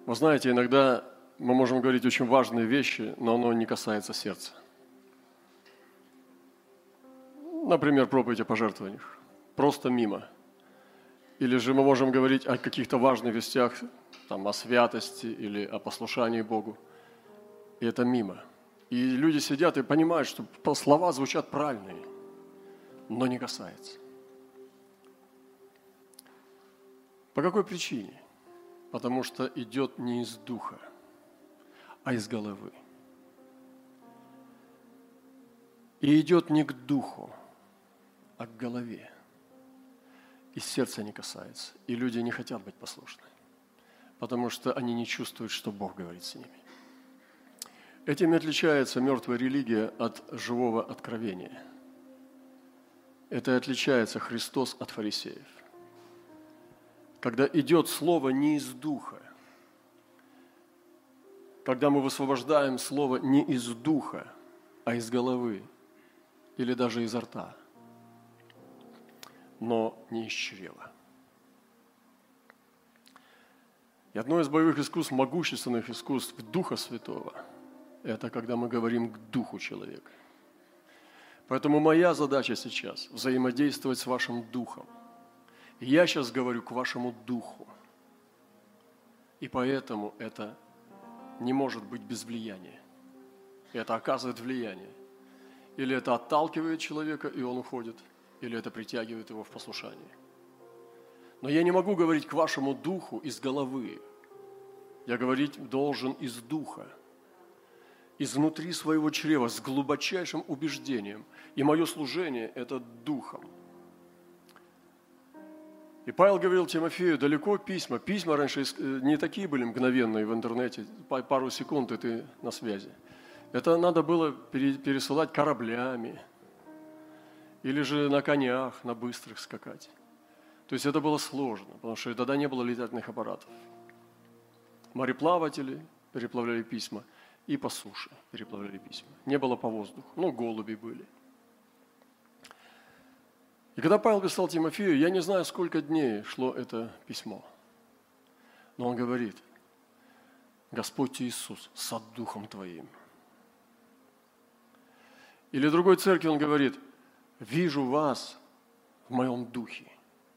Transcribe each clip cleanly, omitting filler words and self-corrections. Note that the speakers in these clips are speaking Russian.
Вы знаете, иногда мы можем говорить очень важные вещи, но оно не касается сердца. Например, проповедь о пожертвованиях. Просто мимо. Или же мы можем говорить о каких-то важных вестях, там, о святости или о послушании Богу. И это мимо. И люди сидят и понимают, что слова звучат правильные, но не касается. По какой причине? Потому что идет не из духа, а из головы. И идет не к духу, а к голове. И сердца не касается. И люди не хотят быть послушны, потому что они не чувствуют, что Бог говорит с ними. Этим и отличается мертвая религия от живого откровения. Это и отличается Христос от фарисеев. Когда идет слово не из духа, когда мы высвобождаем слово не из духа, а из головы или даже изо рта, но не из чрева. И одно из боевых искусств, могущественных искусств Духа Святого, это когда мы говорим к духу человека. Поэтому моя задача сейчас – взаимодействовать с вашим духом. И я сейчас говорю к вашему духу. И поэтому это не может быть без влияния. Это оказывает влияние. Или это отталкивает человека, и он уходит, или это притягивает его в послушание. Но я не могу говорить к вашему духу из головы. Я говорить должен из духа, изнутри своего чрева, с глубочайшим убеждением. И мое служение – это духом. И Павел говорил Тимофею, далеко письма. Письма раньше не такие были мгновенные в интернете, пару секунд, и ты на связи. Это надо было пересылать кораблями, или же на конях, на быстрых скакать. То есть это было сложно, потому что тогда не было летательных аппаратов. Мореплаватели переплавляли письма, и по суше переплавляли письма. Не было по воздуху, но голуби были. И когда Павел писал Тимофею, я не знаю, сколько дней шло это письмо. Но он говорит, Господь Иисус со Духом Твоим. Или в другой церкви он говорит, вижу вас в моем духе.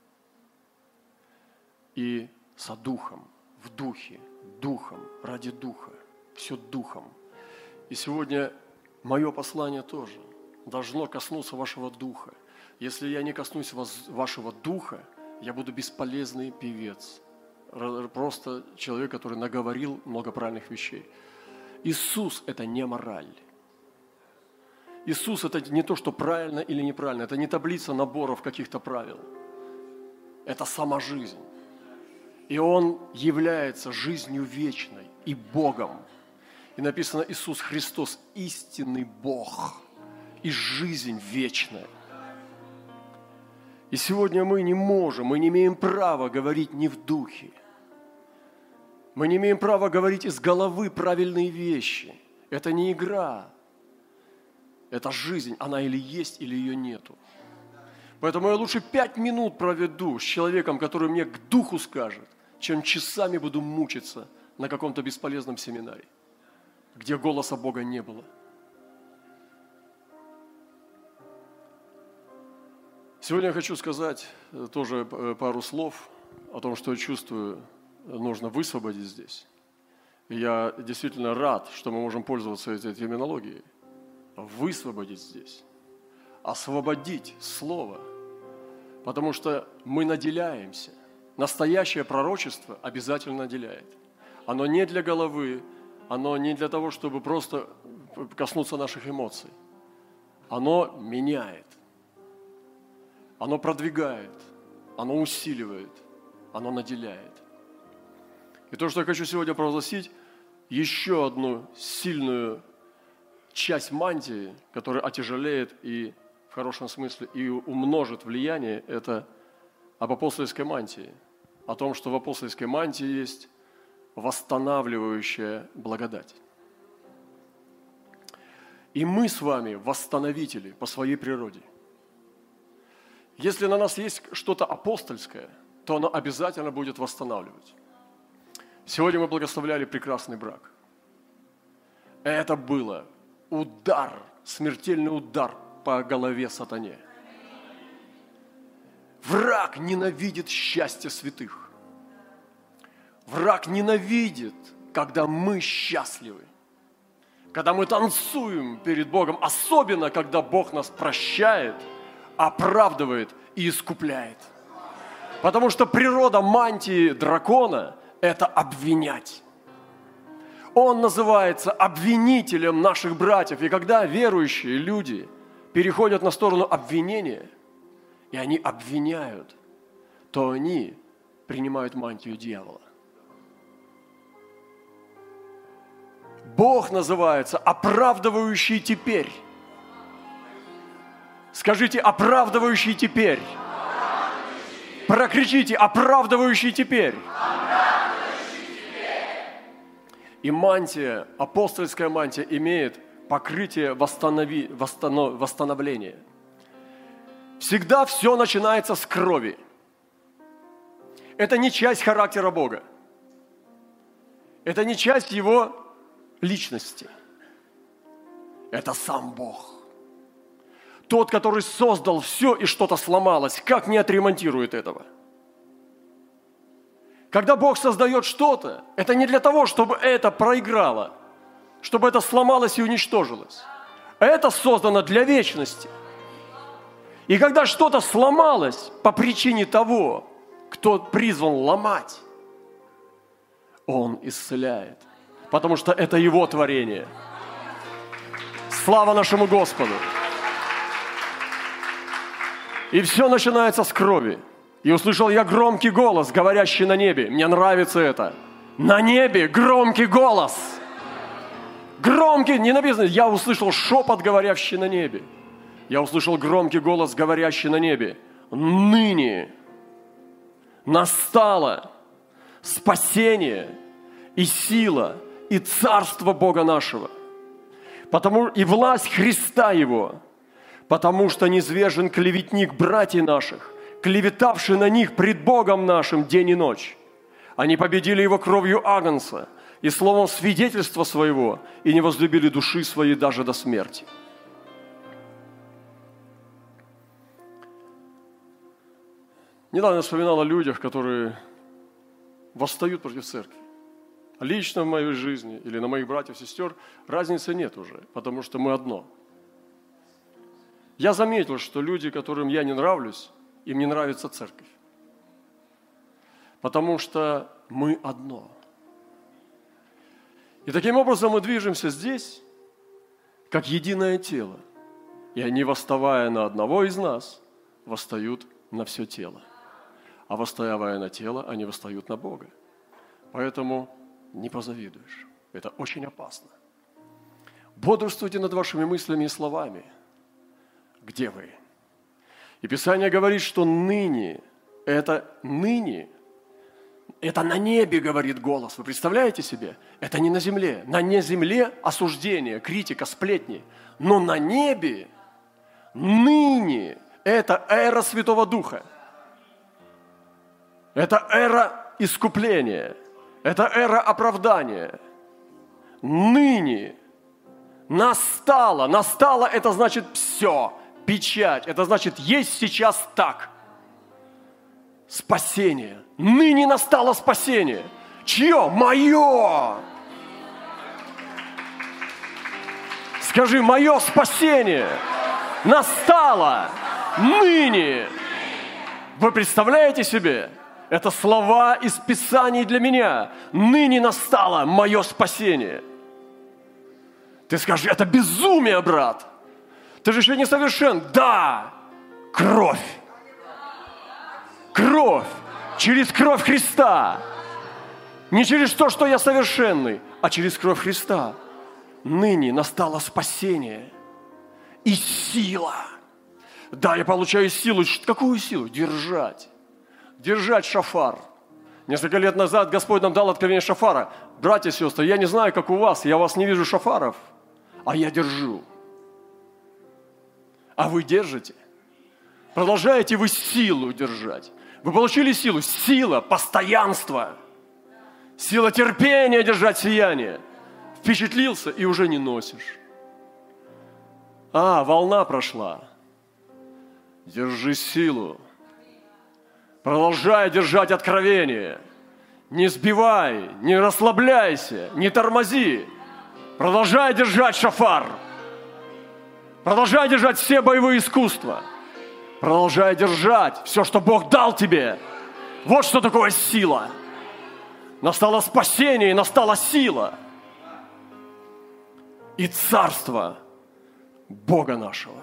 И со Духом, в духе, духом, ради духа, все духом. И сегодня мое послание тоже должно коснуться вашего духа. Если я не коснусь вашего духа, я буду бесполезный певец. Просто человек, который наговорил много правильных вещей. Иисус – это не мораль. Иисус – это не то, что правильно или неправильно. Это не таблица наборов каких-то правил. Это сама жизнь. И Он является жизнью вечной и Богом. И написано, Иисус Христос – истинный Бог и жизнь вечная. И сегодня мы не имеем права говорить не в духе. Мы не имеем права говорить из головы правильные вещи. Это не игра. Это жизнь. Она или есть, или ее нету. Поэтому я лучше 5 минут проведу с человеком, который мне к духу скажет, чем часами буду мучиться на каком-то бесполезном семинаре, где голоса Бога не было. Сегодня я хочу сказать тоже пару слов о том, что я чувствую, нужно высвободить здесь. И я действительно рад, что мы можем пользоваться этой терминологией. Высвободить здесь, освободить слово, потому что мы наделяемся. Настоящее пророчество обязательно наделяет. Оно не для головы, оно не для того, чтобы просто коснуться наших эмоций. Оно меняет. Оно продвигает, оно усиливает, оно наделяет. И то, что я хочу сегодня провозгласить, еще одну сильную часть мантии, которая отяжелеет и в хорошем смысле и умножит влияние, это об апостольской мантии. О том, что в апостольской мантии есть восстанавливающая благодать. И мы с вами восстановители по своей природе. Если на нас есть что-то апостольское, то оно обязательно будет восстанавливать. Сегодня мы благословляли прекрасный брак. Это было удар, смертельный удар по голове сатане. Враг ненавидит счастье святых. Враг ненавидит, когда мы счастливы, когда мы танцуем перед Богом, особенно, когда Бог нас прощает, оправдывает и искупляет. Потому что природа мантии дракона – это обвинять. Он называется обвинителем наших братьев. И когда верующие люди переходят на сторону обвинения, и они обвиняют, то они принимают мантию дьявола. Бог называется оправдывающий теперь. Скажите, оправдывающий теперь. Прокричите, оправдывающий теперь. И мантия, апостольская мантия, имеет покрытие восстановления. Всегда все начинается с крови. Это не часть характера Бога. Это не часть Его личности. Это сам Бог. Тот, который создал все и что-то сломалось, как не отремонтирует этого? Когда Бог создает что-то, это не для того, чтобы это проиграло, чтобы это сломалось и уничтожилось. Это создано для вечности. И когда что-то сломалось по причине того, кто призван ломать, Он исцеляет, потому что это Его творение. Слава нашему Господу! И все начинается с крови. И услышал я громкий голос, говорящий на небе. Мне нравится это. На небе громкий голос. Громкий, не написано, я услышал шепот, говорящий на небе. Я услышал громкий голос, говорящий на небе. Ныне настало спасение и сила, и царство Бога нашего. И власть Христа Его. Потому что низвержен клеветник братьев наших, клеветавший на них пред Богом нашим день и ночь. Они победили его кровью агнца и словом свидетельства своего, и не возлюбили души своей даже до смерти. Недавно я вспоминал о людях, которые восстают против церкви. Лично в моей жизни или на моих братьев и сестер разницы нет уже, потому что мы одно. Я заметил, что люди, которым я не нравлюсь, им не нравится церковь. Потому что мы одно. И таким образом мы движемся здесь, как единое тело. И они, восставая на одного из нас, восстают на все тело. А восставая на тело, они восстают на Бога. Поэтому не позавидуешь. Это очень опасно. Бодрствуйте над вашими мыслями и словами. Где вы? И Писание говорит, что ныне, это на небе, говорит голос. Вы представляете себе? Это не на земле. На земле осуждение, критика, сплетни. Но на небе, ныне, это эра Святого Духа. Это эра искупления. Это эра оправдания. Ныне настало. Настало, это значит все. Печать. Это значит, есть сейчас так. Спасение. Ныне настало спасение. Чье? Мое. Скажи, мое спасение настало ныне. Вы представляете себе? Это слова из Писаний для меня. Ныне настало мое спасение. Ты скажешь, это безумие, брат. Ты же еще не совершен. Да, кровь. Кровь. Через кровь Христа. Не через то, что я совершенный, а через кровь Христа. Ныне настало спасение и сила. Да, я получаю силу. Какую силу? Держать. Держать шафар. Несколько лет назад Господь нам дал откровение шафара. Братья и сестры, я не знаю, как у вас, я у вас не вижу шафаров, а я держу. А вы держите? Продолжаете вы силу держать? Вы получили силу? Сила, постоянство. Сила терпения держать сияние. Впечатлился и уже не носишь. Волна прошла. Держи силу. Продолжай держать откровение. Не сбивай, не расслабляйся, не тормози. Продолжай держать шафар. Продолжай держать все боевые искусства. Продолжай держать все, что Бог дал тебе. Вот что такое сила. Настало спасение, и настала сила. И царство Бога нашего.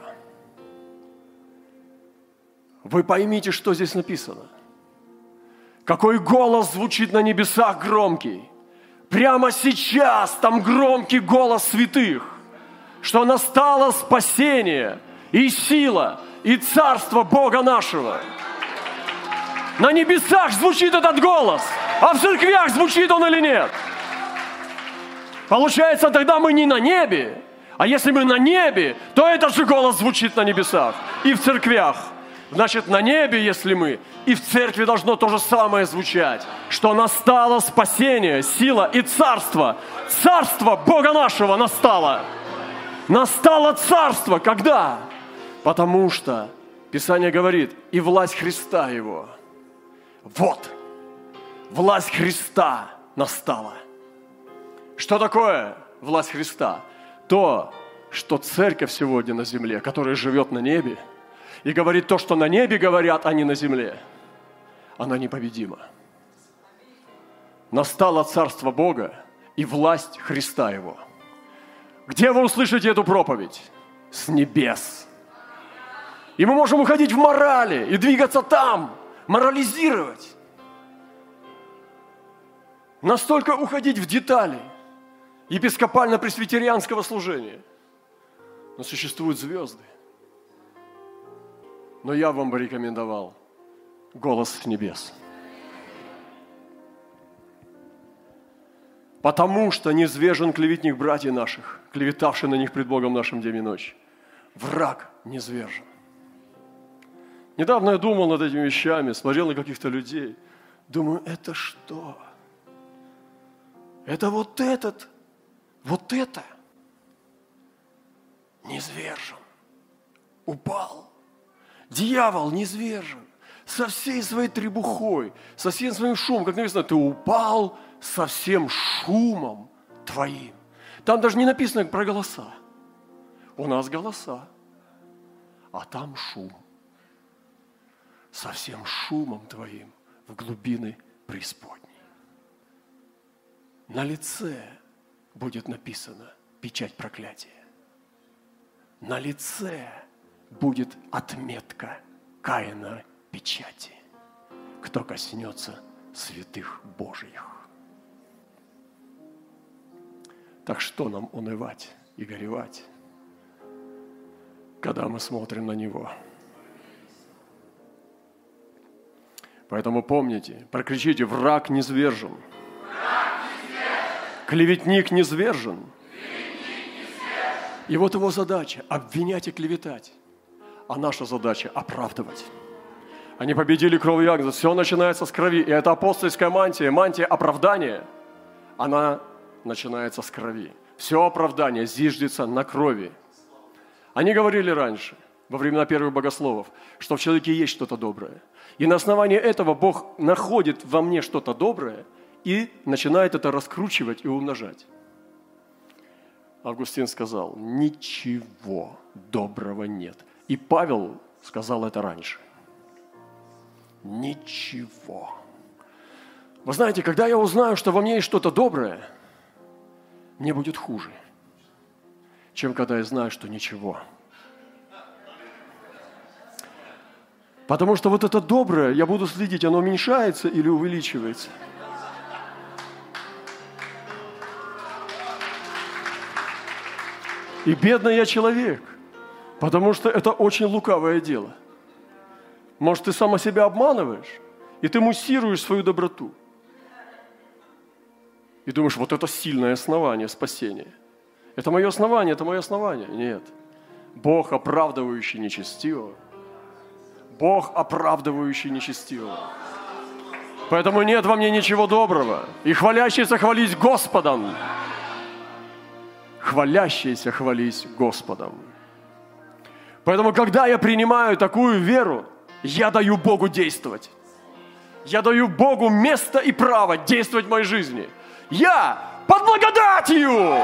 Вы поймите, что здесь написано. Какой голос звучит на небесах громкий. Прямо сейчас там громкий голос святых, что настало спасение и сила, и царство Бога нашего. На небесах звучит этот голос, а в церквях звучит он или нет? Получается, тогда мы не на небе, а если мы на небе, то этот же голос звучит на небесах и в церквях. Значит, на небе, если мы, и в церкви должно то же самое звучать, что настало спасение, сила и царство. Царство Бога нашего настало. Настало царство. Когда? Потому что Писание говорит, и власть Христа Его. Вот, власть Христа настала. Что такое власть Христа? То, что церковь сегодня на земле, которая живет на небе, и говорит то, что на небе говорят, а не на земле, она непобедима. Настало царство Бога и власть Христа Его. Где вы услышите эту проповедь? С небес. И мы можем уходить в морали и двигаться там, морализировать. Настолько уходить в детали епископально-пресвитерианского служения. Но существуют звезды. Но я вам бы рекомендовал голос с небес. Потому что низвержен клеветник братьев наших, клеветавший на них пред Богом нашим день и ночь. Враг низвержен. Недавно я думал над этими вещами, смотрел на каких-то людей. Думаю, это что? Это вот это низвержен, упал. Дьявол низвержен со всей своей требухой, со всем своим шумом. Как написано, ты упал со всем шумом твоим. Там даже не написано про голоса. У нас голоса, а там шум. Со всем шумом твоим в глубины преисподней. На лице будет написано печать проклятия. На лице будет отметка Каина печати, кто коснется святых Божьих. Так что нам унывать и горевать, когда мы смотрим на Него? Поэтому помните, прокричите: враг низвержен. Клеветник низвержен. И вот его задача – обвинять и клеветать. А наша задача – оправдывать. Они победили кровью Агнца. Все начинается с крови. И эта апостольская мантия, мантия оправдания, она начинается с крови. Все оправдание зиждется на крови. Они говорили раньше, во времена первых богословов, что в человеке есть что-то доброе. И на основании этого Бог находит во мне что-то доброе и начинает это раскручивать и умножать. Августин сказал, ничего доброго нет. И Павел сказал это раньше. Ничего. Вы знаете, когда я узнаю, что во мне есть что-то доброе, мне будет хуже, чем когда я знаю, что ничего. Потому что вот это доброе, я буду следить, оно уменьшается или увеличивается. И бедный я человек, потому что это очень лукавое дело. Может, ты сам себя обманываешь, и ты муссируешь свою доброту. И думаешь, вот это сильное основание спасения. Это мое основание, это мое основание. Нет. Бог, оправдывающий нечестивого. Бог, оправдывающий нечестивого. Поэтому нет во мне ничего доброго. И хвалящийся хвались Господом. Хвалящийся хвались Господом. Поэтому, когда я принимаю такую веру, я даю Богу действовать. Я даю Богу место и право действовать в моей жизни. Я под благодатью!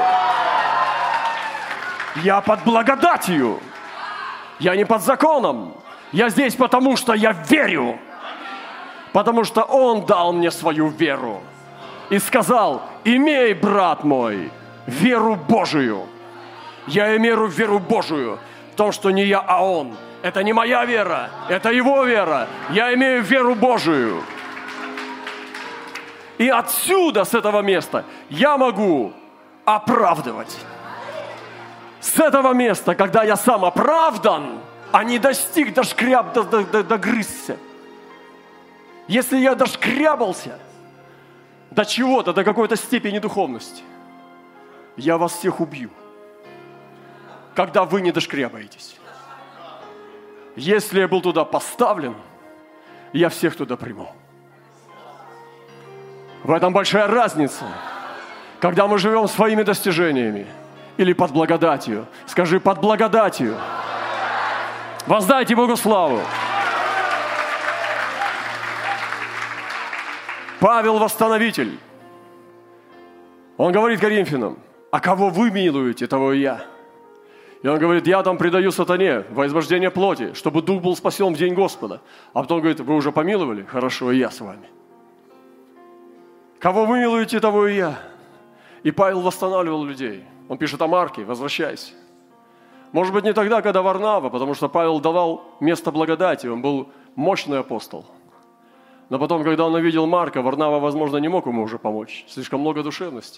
Я под благодатью! Я не под законом. Я здесь потому, что я верю. Потому что Он дал мне свою веру. И сказал: имей, брат мой, веру Божию. Я имею веру Божию. В том, что не я, а Он. Это не моя вера, это Его вера. Я имею веру Божию. И отсюда, с этого места, я могу оправдывать. С этого места, когда я сам оправдан, а не достиг, догрызся. Если я дошкрябался до чего-то, до какой-то степени духовности, я вас всех убью, когда вы не дошкрябаетесь. Если я был туда поставлен, я всех туда приму. В этом большая разница, когда мы живем своими достижениями или под благодатью. Скажи: под благодатью. Воздайте Богу славу. Павел восстановитель. Он говорит Коринфянам: а кого вы милуете, того и я. И он говорит: я там предаю сатане во избавление плоти, чтобы дух был спасен в день Господа. А потом говорит: вы уже помиловали? Хорошо, и я с вами. Кого вы милуете, того и я. И Павел восстанавливал людей. Он пишет о Марке: возвращайся. Может быть, не тогда, когда Варнава, потому что Павел давал место благодати, он был мощный апостол. Но потом, когда он увидел Марка, Варнава, возможно, не мог ему уже помочь. Слишком много душевности.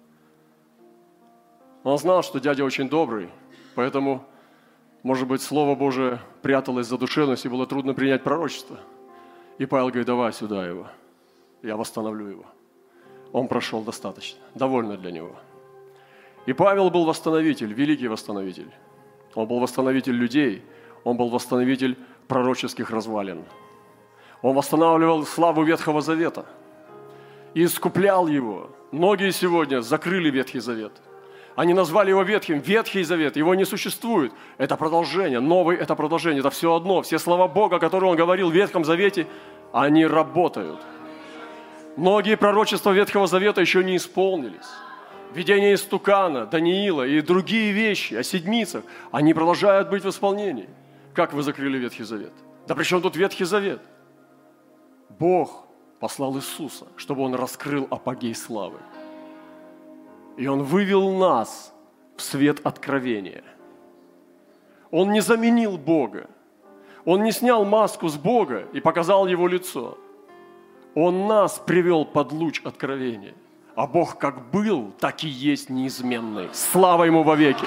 Он знал, что дядя очень добрый, поэтому, может быть, Слово Божие пряталось за душевность, и было трудно принять пророчество. И Павел говорит: давай сюда его, я восстановлю его. Он прошел достаточно, довольно для него. И Павел был восстановитель, великий восстановитель. Он был восстановитель людей, он был восстановитель пророческих развалин. Он восстанавливал славу Ветхого Завета и искуплял его. Многие сегодня закрыли Ветхий Завет. Они назвали его Ветхим. Ветхий Завет, его не существует. Это продолжение, новый это продолжение, это все одно. Все слова Бога, которые Он говорил в Ветхом Завете, они работают. Многие пророчества Ветхого Завета еще не исполнились. Видение истукана, Даниила и другие вещи о седмицах, они продолжают быть в исполнении. Как вы закрыли Ветхий Завет? Да при чем тут Ветхий Завет? Бог послал Иисуса, чтобы Он раскрыл апогей славы. И Он вывел нас в свет откровения. Он не заменил Бога. Он не снял маску с Бога и показал Его лицо. Он нас привел под луч откровения. А Бог как был, так и есть неизменный. Слава Ему вовеки.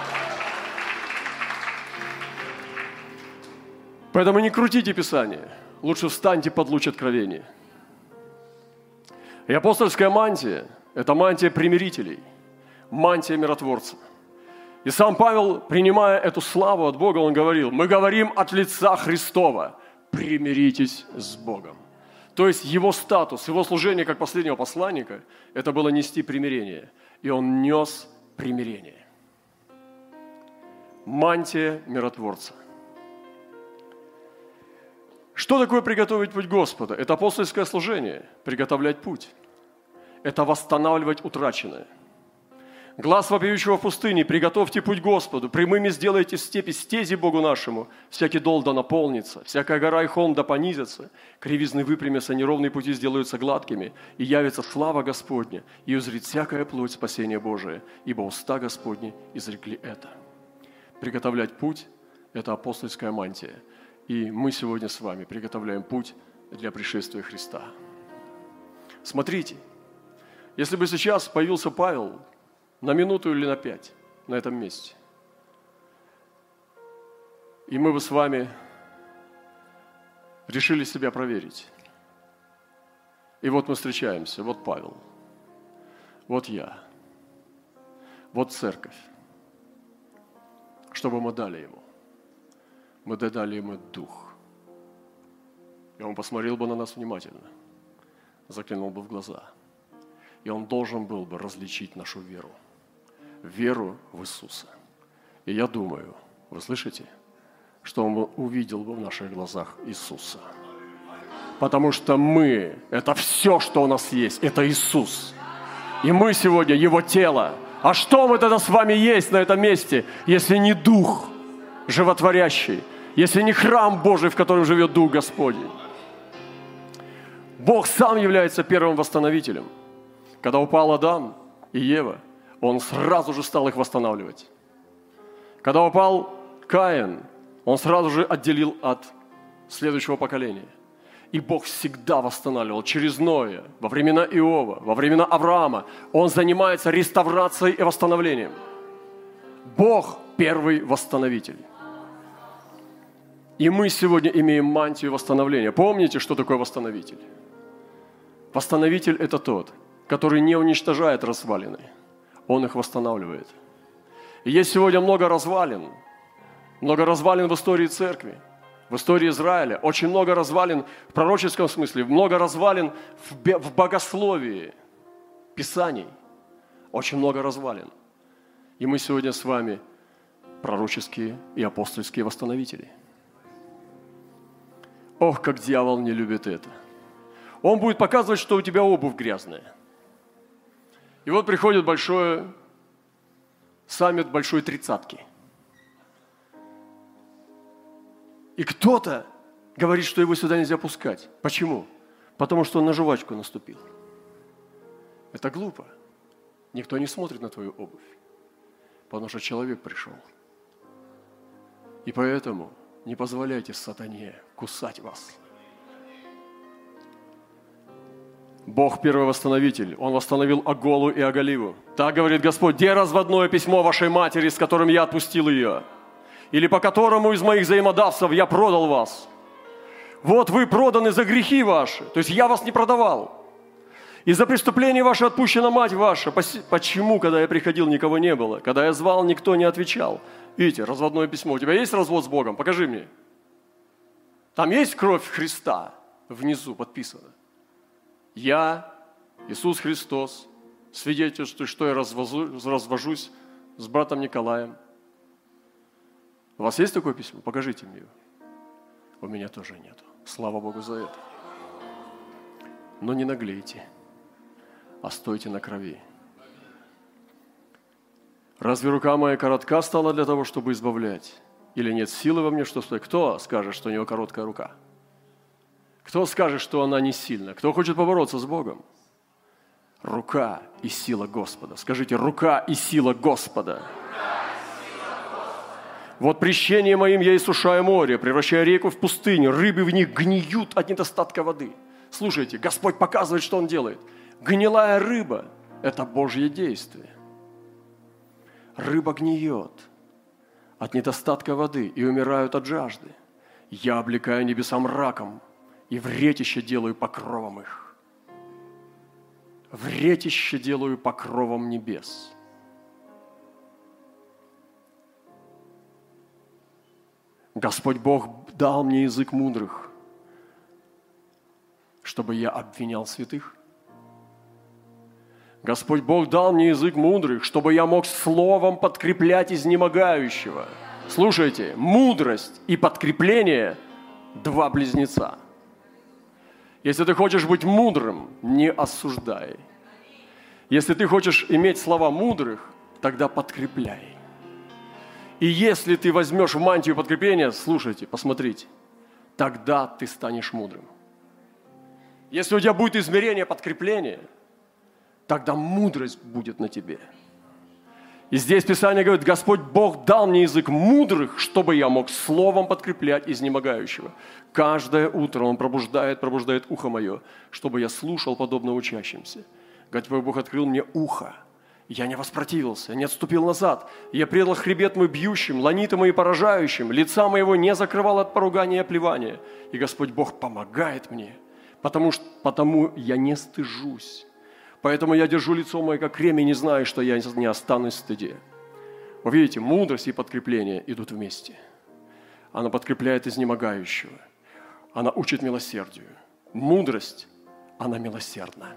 Поэтому не крутите Писание. Лучше встаньте под луч откровения. И апостольская мантия – это мантия примирителей, мантия миротворца. И сам Павел, принимая эту славу от Бога, он говорил: мы говорим от лица Христова, примиритесь с Богом. То есть его статус, его служение как последнего посланника – это было нести примирение. И он нес примирение. Мантия миротворца. Что такое приготовить путь Господа? Это апостольское служение, приготовлять путь. Это восстанавливать утраченное. Глаз вопиющего в пустыне, приготовьте путь Господу, прямыми сделайте стези Богу нашему, всякий дол да наполнится, всякая гора и холм да понизятся, кривизны выпрямятся, неровные пути сделаются гладкими, и явится слава Господня, и узрит всякая плоть спасения Божия, ибо уста Господни изрекли это. Приготовлять путь – это апостольская мантия, и мы сегодня с вами приготовляем путь для пришествия Христа. Смотрите, если бы сейчас появился Павел на минуту или на 5 на этом месте, и мы бы с вами решили себя проверить. И вот мы встречаемся, вот Павел, вот я, вот церковь. Что бы мы дали ему? Мы дали ему дух. И он посмотрел бы на нас внимательно. заглянул бы в глаза, и Он должен был бы различить нашу веру. Веру в Иисуса. И я думаю, вы слышите, что Он увидел бы в наших глазах Иисуса. Потому что мы, это все, что у нас есть, это Иисус. И мы сегодня Его тело. А что мы тогда с вами есть на этом месте, если не Дух животворящий, если не храм Божий, в котором живет Дух Господень? Бог сам является первым восстановителем. Когда упал Адам и Ева, Он сразу же стал их восстанавливать. Когда упал Каин, он сразу же отделил от следующего поколения. И Бог всегда восстанавливал через Ноя, во времена Иова, во времена Авраама. Он занимается реставрацией и восстановлением. Бог – первый восстановитель. И мы сегодня имеем мантию восстановления. Помните, что такое восстановитель? Восстановитель – это тот, который не уничтожает развалины. Он их восстанавливает. И есть сегодня много развалин в истории церкви, в истории Израиля. Очень много развалин в пророческом смысле, много развалин в богословии, Писаний. Очень много развалин. И мы сегодня с вами пророческие и апостольские восстановители. Ох, как дьявол не любит это. Он будет показывать, что у тебя обувь грязная. И вот приходит саммит большой тридцатки. И кто-то говорит, что его сюда нельзя пускать. Почему? Потому что он на жвачку наступил. Это глупо. Никто не смотрит на твою обувь. Потому что человек пришел. И поэтому не позволяйте сатане кусать вас. Бог первый восстановитель. Он восстановил Оголу и Оголиву. Так говорит Господь: где разводное письмо вашей матери, с которым я отпустил ее? Или по которому из моих взаимодавцев я продал вас? Вот вы проданы за грехи ваши. То есть я вас не продавал. И за преступление ваше отпущена мать ваша. Почему, когда я приходил, никого не было? Когда я звал, никто не отвечал. Видите, разводное письмо. У тебя есть развод с Богом? Покажи мне. Там есть кровь Христа внизу подписана. Я, Иисус Христос, свидетельствую, что я развожусь с братом Николаем. У вас есть такое письмо? Покажите мне его. У меня тоже нету. Слава Богу за это. Но не наглейте, а стойте на крови. Разве рука моя коротка стала для того, чтобы избавлять? Или нет силы во мне, что стоит? Кто скажет, что у него короткая рука? Кто скажет, что она не сильна? Кто хочет побороться с Богом? Рука и сила Господа. Скажите: рука и сила Господа. Вот прещение моим я иссушаю море, превращая реку в пустыню, рыбы в них гниют от недостатка воды. Слушайте, Господь показывает, что Он делает. Гнилая рыба – это Божье действие. Рыба гниет от недостатка воды и умирают от жажды. Я облекаю небеса мраком, и вретище делаю покровом их. Вретище делаю покровом небес. Господь Бог дал мне язык мудрых, чтобы я обвинял святых. Господь Бог дал мне язык мудрых, чтобы я мог словом подкреплять изнемогающего. Слушайте, мудрость и подкрепление – два близнеца. Если ты хочешь быть мудрым, не осуждай. Если ты хочешь иметь слова мудрых, тогда подкрепляй. И если ты возьмешь в мантию подкрепления, слушайте, посмотрите, тогда ты станешь мудрым. Если у тебя будет измерение подкрепления, тогда мудрость будет на тебе. И здесь Писание говорит: Господь Бог дал мне язык мудрых, чтобы я мог словом подкреплять изнемогающего. Каждое утро Он пробуждает ухо мое, чтобы я слушал подобно учащимся. Господь Бог открыл мне ухо. Я не воспротивился, не отступил назад. Я предал хребет мой бьющим, ланиты мои поражающим, лица моего не закрывал от поругания и оплевания. И Господь Бог помогает мне, потому я не стыжусь. Поэтому я держу лицо мое, как кремень, не знаю, что я не останусь в стыде. Вы видите, мудрость и подкрепление идут вместе. Она подкрепляет изнемогающего. Она учит милосердию. Мудрость она милосердна.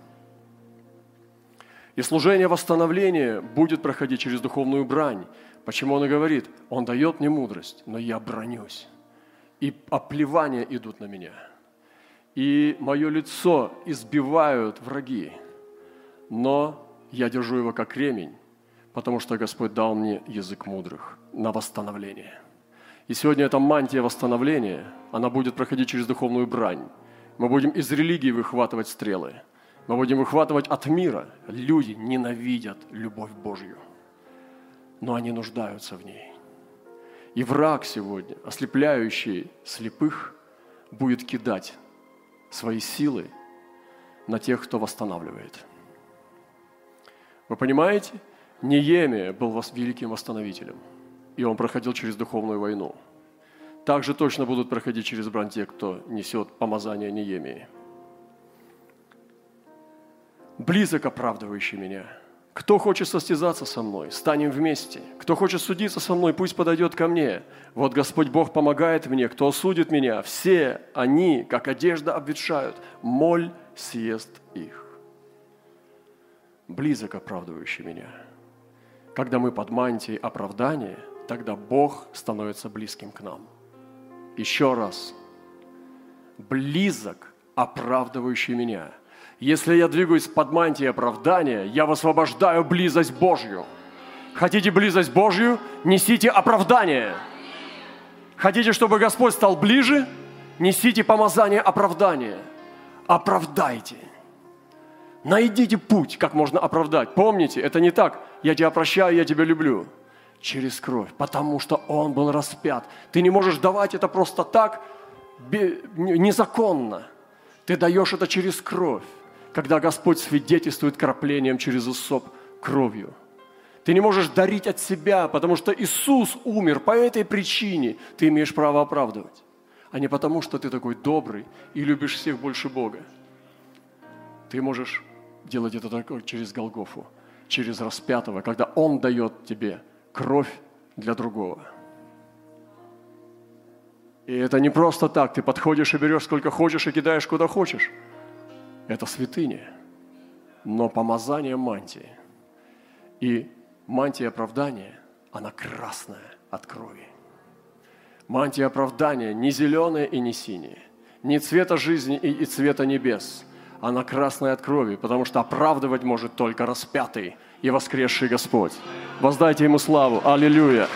И служение восстановления будет проходить через духовную брань. Почему он и говорит, он дает мне мудрость, но я бранюсь. И оплевания идут на меня. И мое лицо избивают враги. Но я держу его как ремень, потому что Господь дал мне язык мудрых на восстановление. И сегодня эта мантия восстановления, она будет проходить через духовную брань. Мы будем из религии выхватывать стрелы. Мы будем выхватывать от мира. Люди ненавидят любовь Божью, но они нуждаются в ней. И враг сегодня, ослепляющий слепых, будет кидать свои силы на тех, кто восстанавливает. Вы понимаете? Неемия был великим восстановителем, и он проходил через духовную войну. Также точно будут проходить через брань те, кто несет помазание Неемии. Близок оправдывающий меня. Кто хочет состязаться со мной, станем вместе. Кто хочет судиться со мной, пусть подойдет ко мне. Вот Господь Бог помогает мне, кто осудит меня. Все они, как одежда, обветшают. Моль съест их. Близок оправдывающий меня. Когда мы под мантией оправдания, тогда Бог становится близким к нам. Еще раз. Близок оправдывающий меня. Если я двигаюсь под мантией оправдания, я высвобождаю близость Божью. Хотите близость Божью? Несите оправдание. Хотите, чтобы Господь стал ближе? Несите помазание оправдания. Оправдайте. Найдите путь, как можно оправдать. Помните, это не так. Я тебя прощаю, я тебя люблю. Через кровь, потому что Он был распят. Ты не можешь давать это просто так, незаконно. Ты даешь это через кровь, когда Господь свидетельствует краплением через усоп кровью. Ты не можешь дарить от себя, потому что Иисус умер по этой причине. Ты имеешь право оправдывать, а не потому, что ты такой добрый и любишь всех больше Бога. Ты можешь делать это только через Голгофу, через распятого, когда Он дает тебе кровь для другого. И это не просто так. Ты подходишь и берешь сколько хочешь и кидаешь куда хочешь. Это святыня. Но помазание мантии. И мантия оправдания, она красная от крови. Мантия оправдания не зеленая и не синяя. Не цвета жизни и цвета небес. Она красная от крови, потому что оправдывать может только распятый и воскресший Господь. Воздайте Ему славу. Аллилуйя.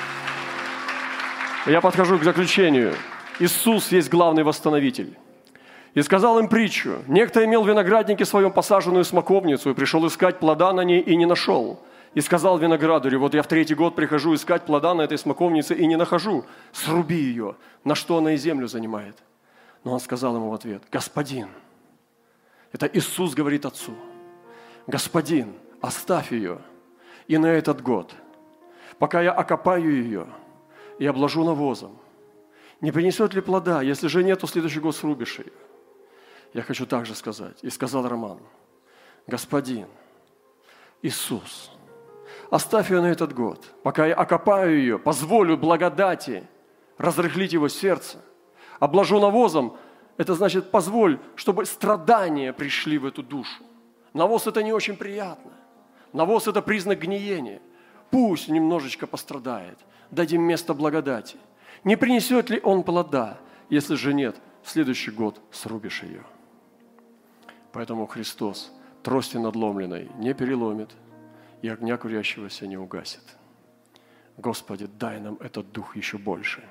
Я подхожу к заключению. Иисус есть главный восстановитель. И сказал им притчу. Некто имел в винограднике своем посаженную смоковницу и пришел искать плода на ней и не нашел. И сказал виноградарю, вот я в 3-й год прихожу искать плода на этой смоковнице и не нахожу. Сруби ее, на что она и землю занимает. Но он сказал ему в ответ, Господин, это Иисус говорит Отцу, Господин, оставь ее и на этот год, пока я окопаю ее и обложу навозом. Не принесет ли плода? Если же нет, то в следующий год срубишь ее. Я хочу также сказать. И сказал Роман, Господин, Иисус, оставь ее на этот год, пока я окопаю ее, позволю благодати разрыхлить его сердце, обложу навозом, это значит позволь, чтобы страдания пришли в эту душу. Навоз это не очень приятно. Навоз это признак гниения. Пусть немножечко пострадает, дадим место благодати. Не принесет ли он плода? Если же нет, в следующий год срубишь ее. Поэтому Христос трости надломленной не переломит и огня курящегося не угасит. Господи, дай нам этот дух еще больше.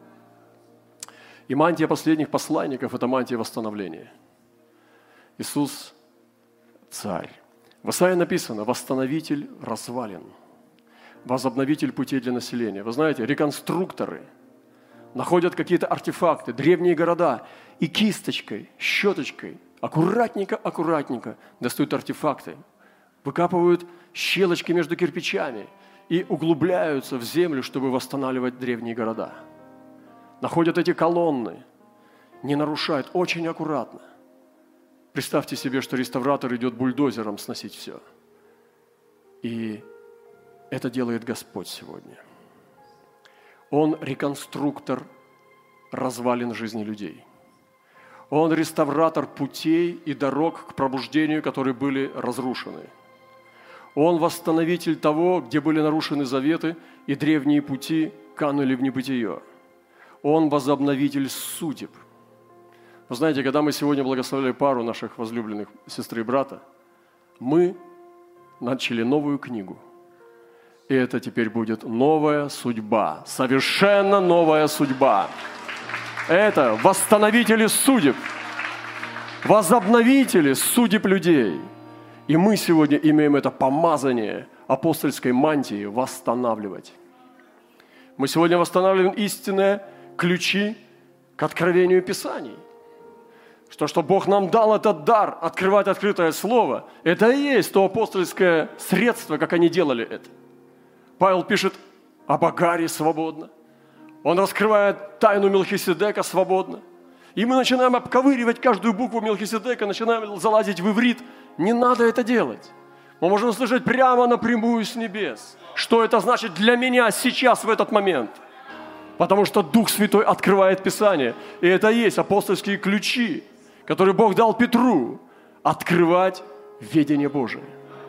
И мантия последних посланников – это мантия восстановления. Иисус – Царь. В Исаии написано «восстановитель развалин», «возобновитель путей для населения». Вы знаете, реконструкторы находят какие-то артефакты, древние города, и кисточкой, щеточкой, аккуратненько достают артефакты, выкапывают щелочки между кирпичами и углубляются в землю, чтобы восстанавливать древние города. Находят эти колонны, не нарушают, очень аккуратно. Представьте себе, что реставратор идет бульдозером сносить все. И это делает Господь сегодня. Он реконструктор развалин жизни людей. Он реставратор путей и дорог к пробуждению, которые были разрушены. Он восстановитель того, где были нарушены заветы, и древние пути канули в небытие. Он возобновитель судеб. Вы знаете, когда мы сегодня благословляли пару наших возлюбленных сестры и брата, мы начали новую книгу. И это теперь будет новая судьба, совершенно новая судьба. Это восстановители судеб, возобновители судеб людей. И мы сегодня имеем это помазание апостольской мантии восстанавливать. Мы сегодня восстанавливаем истинные ключи к откровению Писаний. Что Бог нам дал этот дар открывать открытое Слово, это и есть то апостольское средство, как они делали это. Павел пишет об Агаре свободно. Он раскрывает тайну Мелхиседека свободно. И мы начинаем обковыривать каждую букву Мелхиседека, начинаем залазить в иврит. Не надо это делать. Мы можем услышать прямо напрямую с небес, что это значит для меня сейчас, в этот момент. Потому что Дух Святой открывает Писание. И это и есть апостольские ключи, которые Бог дал Петру, открывать ведение Божие.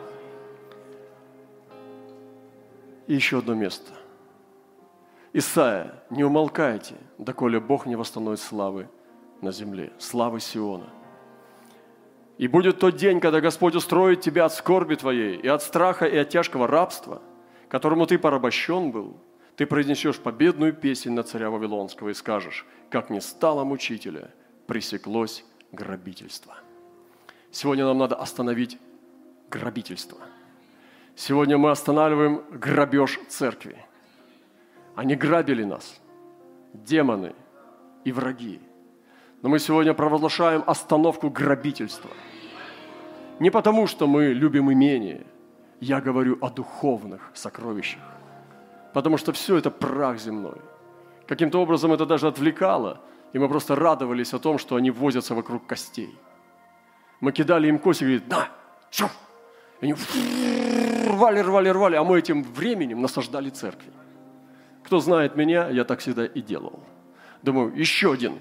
И еще одно место. Исайя, не умолкайте, доколе Бог не восстановит славы на земле, славы Сиона. И будет тот день, когда Господь устроит тебя от скорби твоей, и от страха, и от тяжкого рабства, которому ты порабощен был. Ты произнесешь победную песнь на царя Вавилонского и скажешь, как не стало мучителя, пресеклось грабительство. Сегодня нам надо остановить грабительство. Сегодня мы останавливаем грабеж церкви. Они грабили нас, демоны и враги. Но мы сегодня провозглашаем остановку грабительства. Не потому, что мы любим имение. Я говорю о духовных сокровищах. Потому что все это прах земной. Каким-то образом это даже отвлекало, и мы просто радовались о том, что они возятся вокруг костей. Мы кидали им кость и говорили, на, шух! И они рвали, а мы этим временем насаждали церкви. Кто знает меня, я так всегда и делал. Думаю, еще один.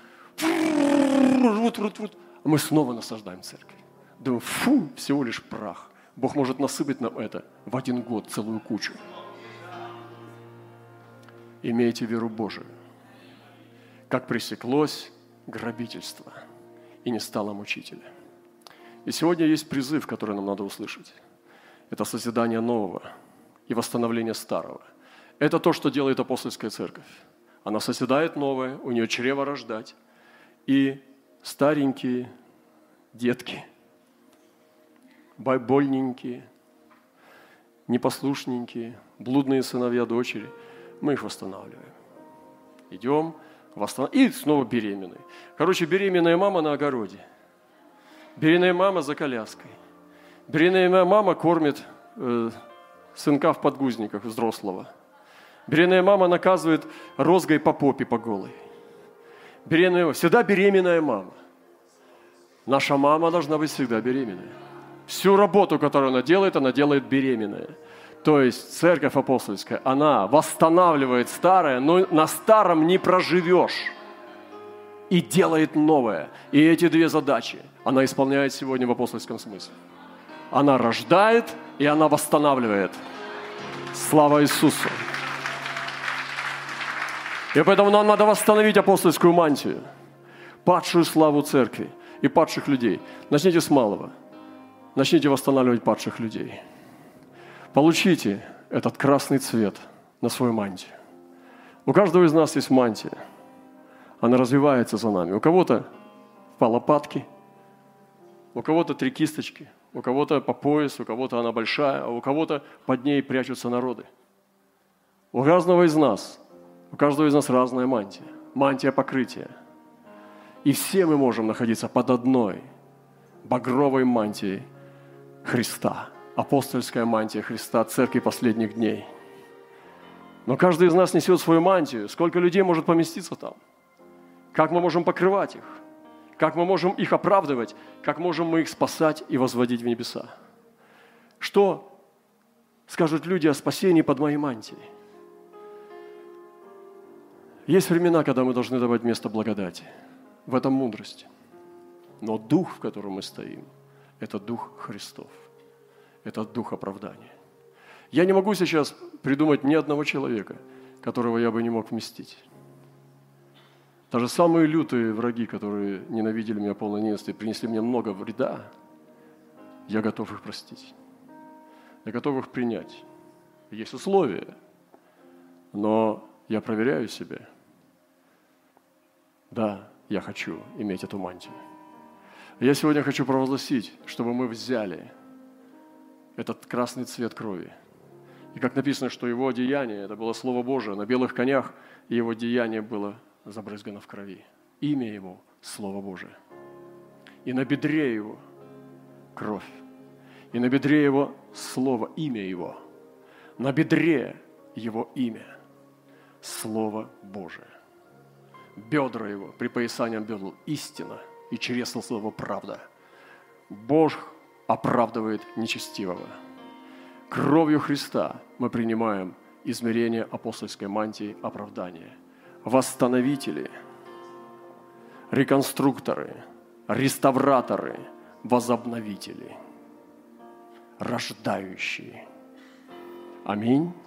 А мы снова насаждаем церковь. Думаю, всего лишь прах. Бог может насыпать нам это в один год, целую кучу. Имейте веру Божию. Как пресеклось грабительство, и не стало мучителя. И сегодня есть призыв, который нам надо услышать. Это созидание нового и восстановление старого. Это то, что делает апостольская церковь. Она созидает новое, у нее чрево рождать. И старенькие детки, больненькие, непослушненькие, блудные сыновья, дочери, мы их восстанавливаем. Идем, восстанавливаем. И снова беременные. Короче, беременная мама на огороде. Беременная мама за коляской. Беременная мама кормит сынка в подгузниках взрослого. Беременная мама наказывает розгой по попе, по голой. Всегда беременная мама. Наша мама должна быть всегда беременная. Всю работу, которую она делает беременная. То есть церковь апостольская, она восстанавливает старое, но на старом не проживешь. И делает новое. И эти две задачи она исполняет сегодня в апостольском смысле. Она рождает, и она восстанавливает. Слава Иисусу! И поэтому нам надо восстановить апостольскую мантию, падшую славу церкви и падших людей. Начните с малого. Начните восстанавливать падших людей. Получите этот красный цвет на свою мантию. У каждого из нас есть мантия. Она развивается за нами. У кого-то по лопатке, у кого-то 3 кисточки, у кого-то по пояс, у кого-то она большая, а у кого-то под ней прячутся народы. У каждого из нас разная мантия. Мантия покрытия. И все мы можем находиться под одной багровой мантией Христа. Апостольская мантия Христа, церкви последних дней. Но каждый из нас несет свою мантию. Сколько людей может поместиться там? Как мы можем покрывать их? Как мы можем их оправдывать? Как можем мы их спасать и возводить в небеса? Что скажут люди о спасении под моей мантией? Есть времена, когда мы должны давать место благодати. в этом мудрости. Но дух, в котором мы стоим, это дух Христов. Это дух оправдания. Я не могу сейчас придумать ни одного человека, которого я бы не мог вместить. Даже самые лютые враги, которые ненавидели меня полной ненависти, принесли мне много вреда, я готов их простить. Я готов их принять. Есть условия, но я проверяю себя. Да, я хочу иметь эту мантию. Я сегодня хочу провозгласить, чтобы мы взяли этот красный цвет крови. И как написано, что его одеяние, это было Слово Божие, на белых конях, и его деяние было забрызгано в крови. Имя его – Слово Божие. И на бедре его кровь. И на бедре его Слово, имя его. На бедре его имя – Слово Божие. Бедра его, припоясанием бедр, истина, и чресло Слово правда. Бог оправдывает нечестивого. Кровью Христа мы принимаем измерение апостольской мантии оправдания. Восстановители, реконструкторы, реставраторы, возобновители, рождающие. Аминь.